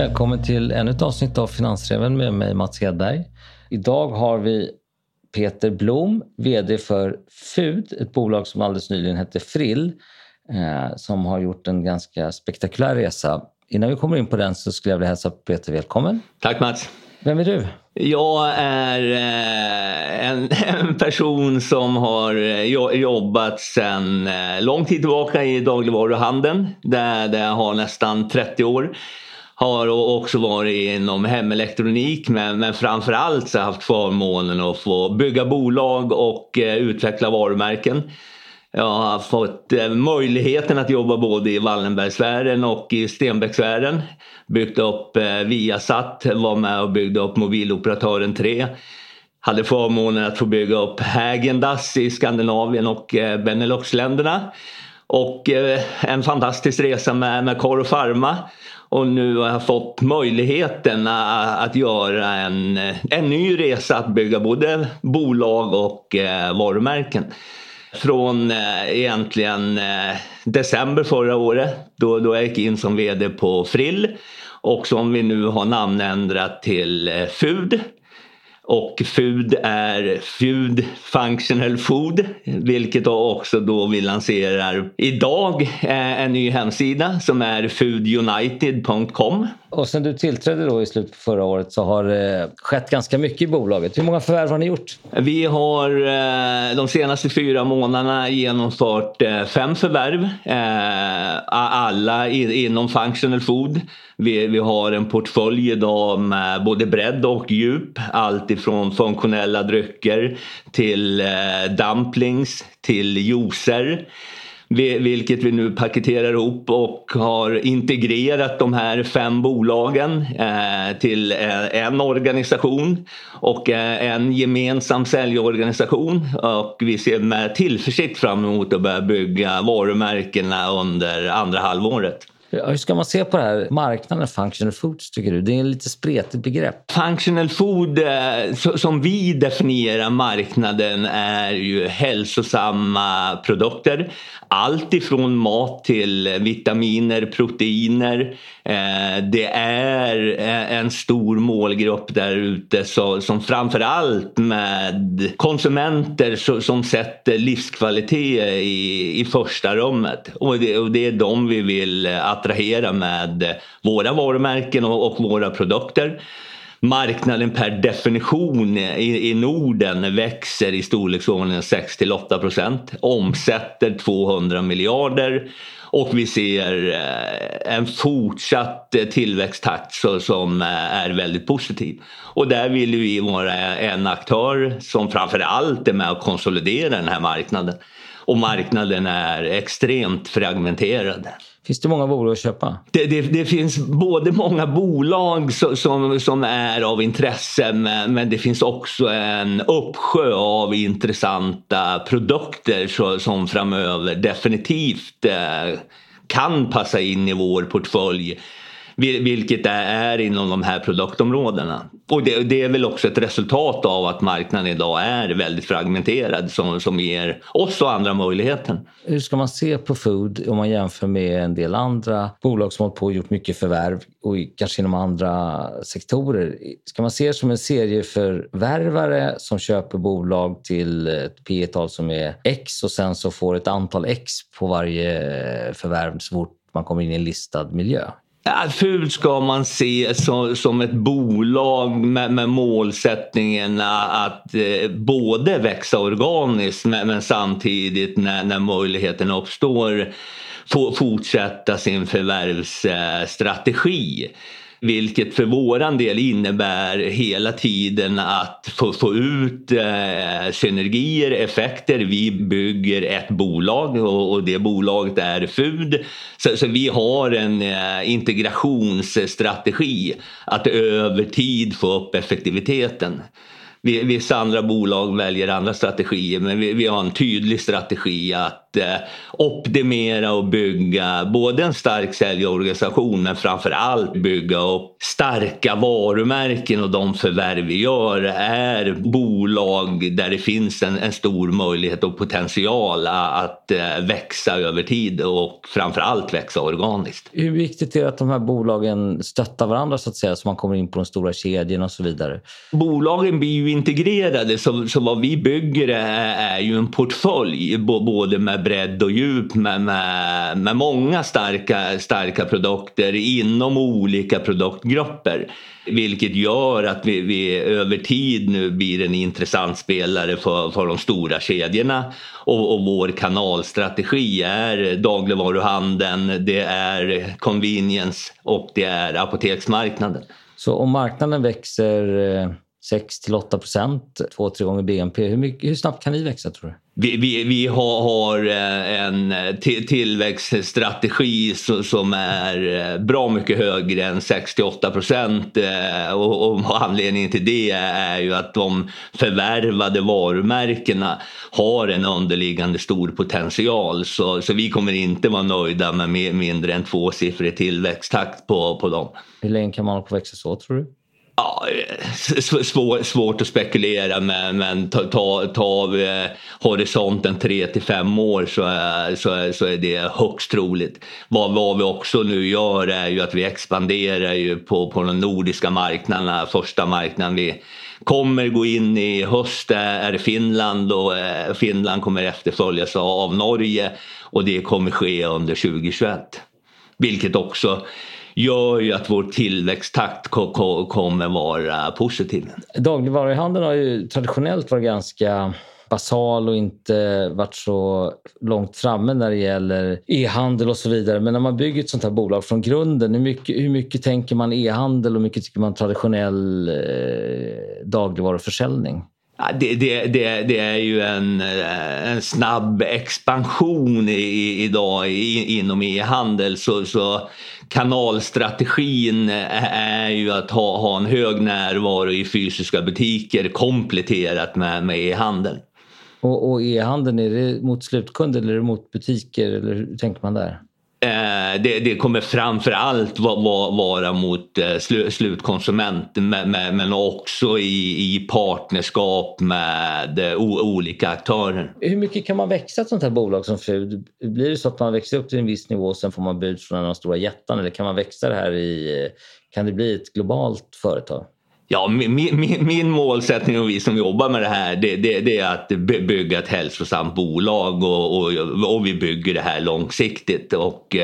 Välkommen till ännu ett avsnitt av Finansräven med mig Mats Hedberg. Idag har vi Peter Blom, vd för Food, ett bolag som alldeles nyligen hette Frill, som har gjort en ganska spektakulär resa. Innan vi kommer in på den så skulle jag vilja hälsa Peter välkommen. Tack Mats. Vem är du? Jag är en person som har jobbat sedan lång tid tillbaka i dagligvaruhandeln, där jag har nästan 30 år. Har också varit inom hemelektronik, men framförallt så har jag haft förmånen att få bygga bolag och utveckla varumärken. Jag har fått möjligheten att jobba både i Wallenbergsfären och i Stenbecksfären. Byggt upp Viasat, var med och byggde upp mobiloperatören 3. Hade förmånen att få bygga upp Häagen-Dazs i Skandinavien och Beneluxländerna. Och en fantastisk resa med Karo Pharma. Och nu har jag fått möjligheten att göra en ny resa att bygga både bolag och varumärken. Från egentligen december förra året då jag gick in som vd på Frill och som vi nu har namnändrat till Food. Och Food är Food Functional Food, vilket också då vi lanserar idag en ny hemsida som är foodunited.com. Och sen du tillträdde då i slutet på förra året så har det skett ganska mycket i bolaget. Hur många förvärv har ni gjort? Vi har de senaste 4 månaderna genomfört 5 förvärv. Alla inom Functional Food. Vi har en portfölj idag med både bredd och djup. Allt ifrån funktionella drycker till dumplings till juicer. Vilket vi nu paketerar ihop och har integrerat de här 5 bolagen till en organisation och en gemensam säljorganisation. Och vi ser med tillförsikt fram emot att börja bygga varumärkena under andra halvåret. Hur ska man se på det här marknaden functional foods tycker du? Det är en lite spretigt begrepp. Functional food som vi definierar marknaden är ju hälsosamma produkter. Allt ifrån mat till vitaminer, proteiner. Det är en stor målgrupp där ute som framförallt med konsumenter som sätter livskvalitet i första rummet. Och det är de vi vill attrahera med våra varumärken och våra produkter. Marknaden per definition i Norden växer i storleksordningen 6-8%. Omsätter 200 miljarder. Och vi ser en fortsatt tillväxttakt som är väldigt positiv. Och där vill vi vara en aktör som framförallt är med att konsolidera den här marknaden. Och marknaden är extremt fragmenterad. Finns det många bolag att köpa? Det finns både många bolag som är av intresse, men det finns också en uppsjö av intressanta produkter som framöver definitivt kan passa in i vår portfölj. Vilket är inom de här produktområdena. Och det är väl också ett resultat av att marknaden idag är väldigt fragmenterad som ger oss och andra möjligheten. Hur ska man se på Food om man jämför med en del andra bolag som har på och gjort mycket förvärv och kanske inom andra sektorer? Ska man se det som en serieförvärvare som köper bolag till ett P/E-tal som är X och sen så får ett antal X på varje förvärv så fort man kommer in i en listad miljö? Food ska man se som ett bolag med målsättningen att både växa organiskt men samtidigt när möjligheten uppstår fortsätta sin förvärvsstrategi. Vilket för våran del innebär hela tiden att få ut synergier, effekter. Vi bygger ett bolag och det bolaget är Food. Så vi har en integrationsstrategi att över tid få upp effektiviteten. Vissa andra bolag väljer andra strategier, men vi har en tydlig strategi att optimera och bygga både en stark säljorganisation men framförallt bygga upp starka varumärken, och de förvärv vi gör är bolag där det finns en stor möjlighet och potential att växa över tid och framförallt växa organiskt. Hur viktigt är det att de här bolagen stöttar varandra så att säga, så man kommer in på de stora kedjorna och så vidare? Bolagen blir ju integrerade, så vad vi bygger är ju en portfölj både med bredd och djup med många starka produkter inom olika produktgrupper, vilket gör att vi över tid nu blir en intressant spelare för de stora kedjorna, och vår kanalstrategi är dagligvaruhandeln, det är convenience och det är apoteksmarknaden. Så om marknaden växer 6-8%, 2-3 gånger BNP, hur snabbt kan ni växa tror du? Vi har en tillväxtstrategi som är bra mycket högre än 6-8%, och anledningen till det är ju att de förvärvade varumärkena har en underliggande stor potential, så vi kommer inte vara nöjda med mindre än 2-siffrig tillväxttakt på dem. Hur länge kan man få växa så tror du? Ja, svårt att spekulera, men ta horisonten 3-5 år så är det högst troligt. Vad vi också nu gör är ju att vi expanderar ju på de nordiska marknaderna. Första marknaden vi kommer gå in i höst är Finland, och Finland kommer efterföljas av Norge, och det kommer ske under 2021. Vilket också gör ju att vår tillväxttakt kommer vara positiv. Dagligvaruhandeln har ju traditionellt varit ganska basal och inte varit så långt framme när det gäller e-handel och så vidare. Men när man bygger ett sånt här bolag från grunden, hur mycket tänker man e-handel och hur mycket tycker man traditionell dagligvaruförsäljning? Ja, det är ju en snabb expansion idag inom e-handel, så kanalstrategin är ju att ha en hög närvaro i fysiska butiker kompletterat med e-handel. Och e-handeln, är det mot slutkund eller är det mot butiker, eller hur tänker man där? Det kommer framförallt vara mot slutkonsument, men också i partnerskap med olika aktörer. Hur mycket kan man växa ett sånt här bolag som Food? Blir det så att man växer upp till en viss nivå och sen får man bud från de stora jättarna, eller kan man växa det här kan det bli ett globalt företag? Ja, min målsättning och vi som jobbar med det här det är att bygga ett hälsosamt bolag, och vi bygger det här långsiktigt, och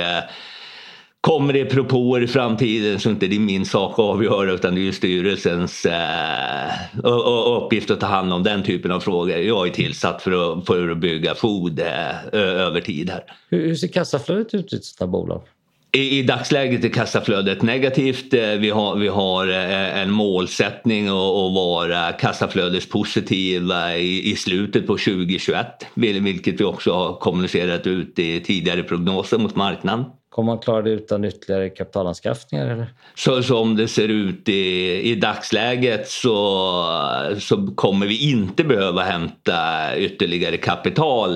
kommer det propåer i framtiden så inte det är min sak att avgöra, utan det är ju styrelsens uppgift att ta hand om den typen av frågor. Jag är tillsatt för att bygga Food över tid här. Hur ser kassaflödet ut i ett sådant här bolag? I dagsläget är kassaflödet negativt. Vi har en målsättning att vara kassaflödespositiva i slutet på 2021, vilket vi också har kommunicerat ut i tidigare prognoser mot marknaden. Kommer man klara det utan ytterligare kapitalanskaffningar eller? Så som det ser ut i dagsläget så kommer vi inte behöva hämta ytterligare kapital.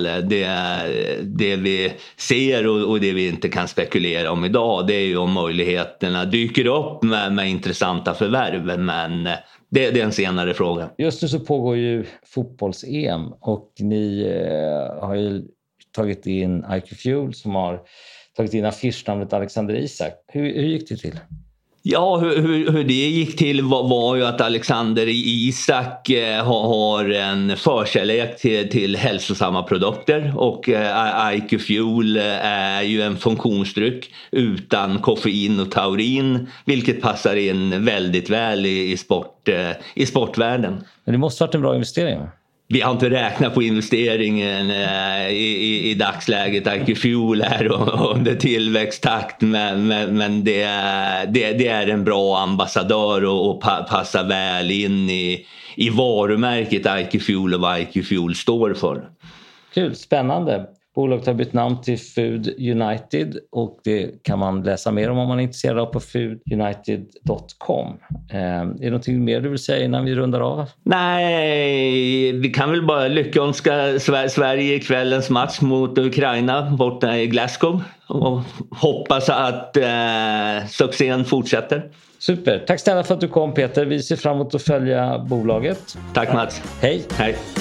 Det vi ser och det vi inte kan spekulera om idag, det är ju om möjligheterna dyker upp med intressanta förvärv, men det är en senare fråga. Just nu så pågår ju fotbolls-EM, och ni har ju tagit in IQ Fuel som har tagit in affischnamnet Alexander Isak. Hur gick det till? Ja, hur det gick till var ju att Alexander Isak har en förkärlek till hälsosamma produkter, och IQ Fuel är ju en funktionsdryck utan koffein och taurin, vilket passar in väldigt väl i sportvärlden. Men det måste ha varit en bra investering. Vi har inte räknat på investeringen i dagsläget. IQ Fuel är under tillväxttakt, men det är en bra ambassadör och passar väl in i varumärket IQ Fuel och vad IQ Fuel står för. Kul, spännande. Bolaget har bytt namn till Food United och det kan man läsa mer om man är intresserad av på foodunited.com. Är det någonting mer du vill säga innan vi rundar av? Nej, vi kan väl bara lyckönska Sverige i kvällens match mot Ukraina borta i Glasgow och hoppas att succén fortsätter. Super, tack snälla för att du kom Peter. Vi ser fram emot att följa bolaget. Tack Mats. Hej. Hej.